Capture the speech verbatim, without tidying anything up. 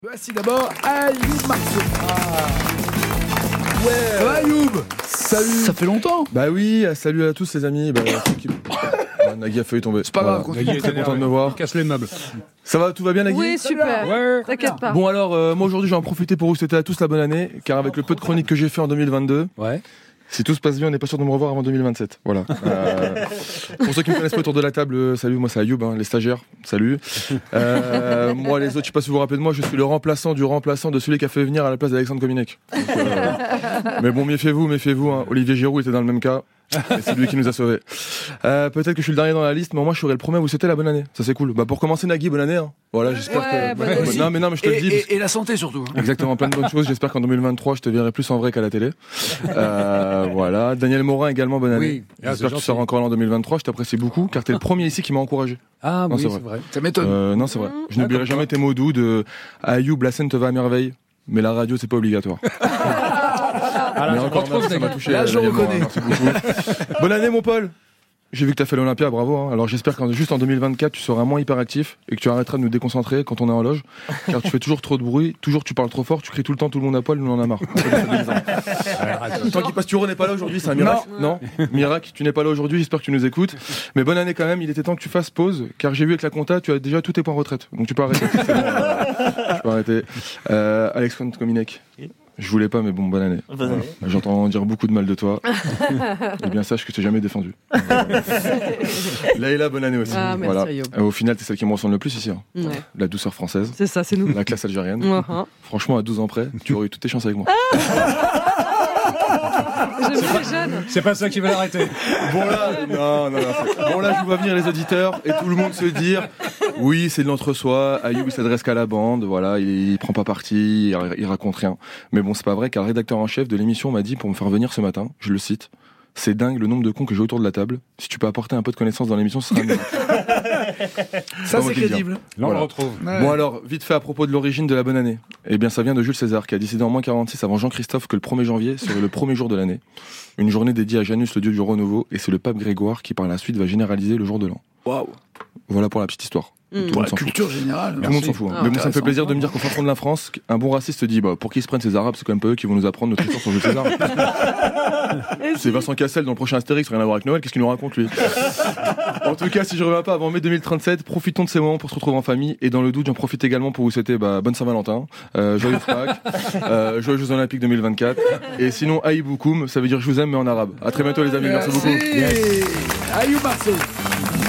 Voici d'abord Ayoub Marceau. Ah. Ouais. Ça va Ayoub ? Salut. Ça fait longtemps. Bah oui, salut à tous les amis. Bah, qui... ah, Nagui a failli tomber. C'est pas grave. Voilà. Nagui est très content de me voir. Casse les meubles. Ça va, tout va bien Nagui ? Oui, super. Ouais. T'inquiète pas. Bon alors, euh, moi aujourd'hui, je vais en profiter pour vous souhaiter à tous la bonne année, car avec le peu de chroniques que j'ai fait en deux mille vingt-deux. Ouais. Si tout se passe bien, on n'est pas sûr de me revoir avant deux mille vingt-sept. Voilà. Euh, pour ceux qui me connaissent pas autour de la table, euh, salut, moi c'est Ayoub, hein, les stagiaires, salut. Euh, moi les autres, je sais pas si vous vous rappelez de moi, je suis le remplaçant du remplaçant de celui qui a fait venir à la place d'Alexandre Kominek. Donc, euh, mais bon, méfiez-vous, méfiez-vous. Hein. Olivier Giroud était dans le même cas. Et c'est lui qui nous a sauvés. Euh, peut-être que je suis le dernier dans la liste, mais moi je serai le premier à vous souhaiter la bonne année. Ça c'est cool. Bah pour commencer Nagui, bonne année. Hein. Voilà, j'espère ouais, que. bonne année. Non mais non mais je te et, le dis. Et, et la santé surtout. Exactement, plein de bonnes choses. J'espère qu'en deux mille vingt-trois, je te verrai plus en vrai qu'à la télé. Euh, voilà. Daniel Morin également, bonne année. Oui. Ah, j'espère que tu seras encore là en deux mille vingt-trois. Je t'apprécie beaucoup, car t'es le premier ici qui m'a encouragé. Ah non, oui, c'est c'est vrai. vrai. Ça m'étonne. Euh, non, c'est vrai. Je n'oublierai jamais tes mots doux de Ayoub, la scène te va à merveille, mais la radio, c'est pas obligatoire. Ah, mais encore merci, ça m'a touché. Là, je Daniel Morin, reconnais. merci beaucoup. Bonne année, mon Paul. J'ai vu que t'as fait l'Olympia, bravo. Hein. Alors j'espère qu'en juste en deux mille vingt-quatre, tu seras moins hyperactif et que tu arrêteras de nous déconcentrer quand on est en loge, car tu fais toujours trop de bruit, toujours tu parles trop fort, tu cries tout le temps, tout le monde à poil, nous on en a marre. Tant qu'il passe Turo n'est pas là aujourd'hui, c'est un miracle. Non, non miracle, tu n'es pas là aujourd'hui, j'espère que tu nous écoutes. Mais bonne année quand même, il était temps que tu fasses pause, car j'ai vu avec la compta, tu as déjà tous tes points retraite, donc tu peux arrêter. C'est bon, euh, tu peux arrêter. Euh, Alexandre Kominek. Je voulais pas, mais bon, bonne année. Voilà. J'entends dire beaucoup de mal de toi. Et bien, sache que tu n'es jamais défendu. Laïla, bonne année aussi. Ah, merci, voilà. Ayoub. Au final, t'es celle qui me ressemble le plus ici. Hein. Ouais. La douceur française, C'est ça, c'est nous. la classe algérienne. Uh-huh. Franchement, à douze ans près, tu aurais eu toutes tes chances avec moi. Je suis jeune. C'est pas ça qui va l'arrêter. Bon là, non, non, non. c'est- Bon là, je vois venir les auditeurs et tout le monde se dire, oui, c'est de l'entre-soi. Ayoub, il s'adresse qu'à la bande. Voilà, il, il prend pas parti, il, il raconte rien. Mais bon, c'est pas vrai, car le rédacteur en chef de l'émission m'a dit pour me faire venir ce matin, je le cite. C'est dingue le nombre de cons que j'ai autour de la table. Si tu peux apporter un peu de connaissances dans l'émission, ce sera mieux. Ça pas moi c'est qui le dis, crédible. Là, on Voilà. le retrouve. Ouais. Bon alors, vite fait à propos de l'origine de la bonne année. Eh bien, ça vient de Jules César qui a décidé en moins quarante-six avant Jean-Christophe que le premier janvier serait le premier jour de l'année. Une journée dédiée à Janus, le dieu du renouveau, et c'est le pape Grégoire qui par la suite va généraliser le jour de l'an. Waouh. Voilà pour la petite histoire. Mm. Tout le Pour monde la s'en fout. culture générale. Tout le monde s'en fout. hein. Ah, Mais bon, ça me fait intéressant. plaisir de me dire qu'au fin fond de la France, un bon raciste dit bah, pour qu'ils se prennent ces Arabes, c'est quand même pas eux qui vont nous apprendre notre histoire sur Jules César. C'est Vincent Cassel dans le prochain Astérix, rien à voir avec Noël, qu'est-ce qu'il nous raconte lui? En tout cas, si je reviens pas avant mai deux mille trente-sept, profitons de ces moments pour se retrouver en famille. Et dans le doute, j'en profite également pour vous souhaiter bah, bonne Saint-Valentin, euh, joyeux Pâques, euh, joyeux Jeux Olympiques deux mille vingt-quatre. Et sinon, Aïboukoum, ça veut dire je vous aime mais en arabe. À très bientôt les amis, merci beaucoup. Merci. Ayoub Marceau.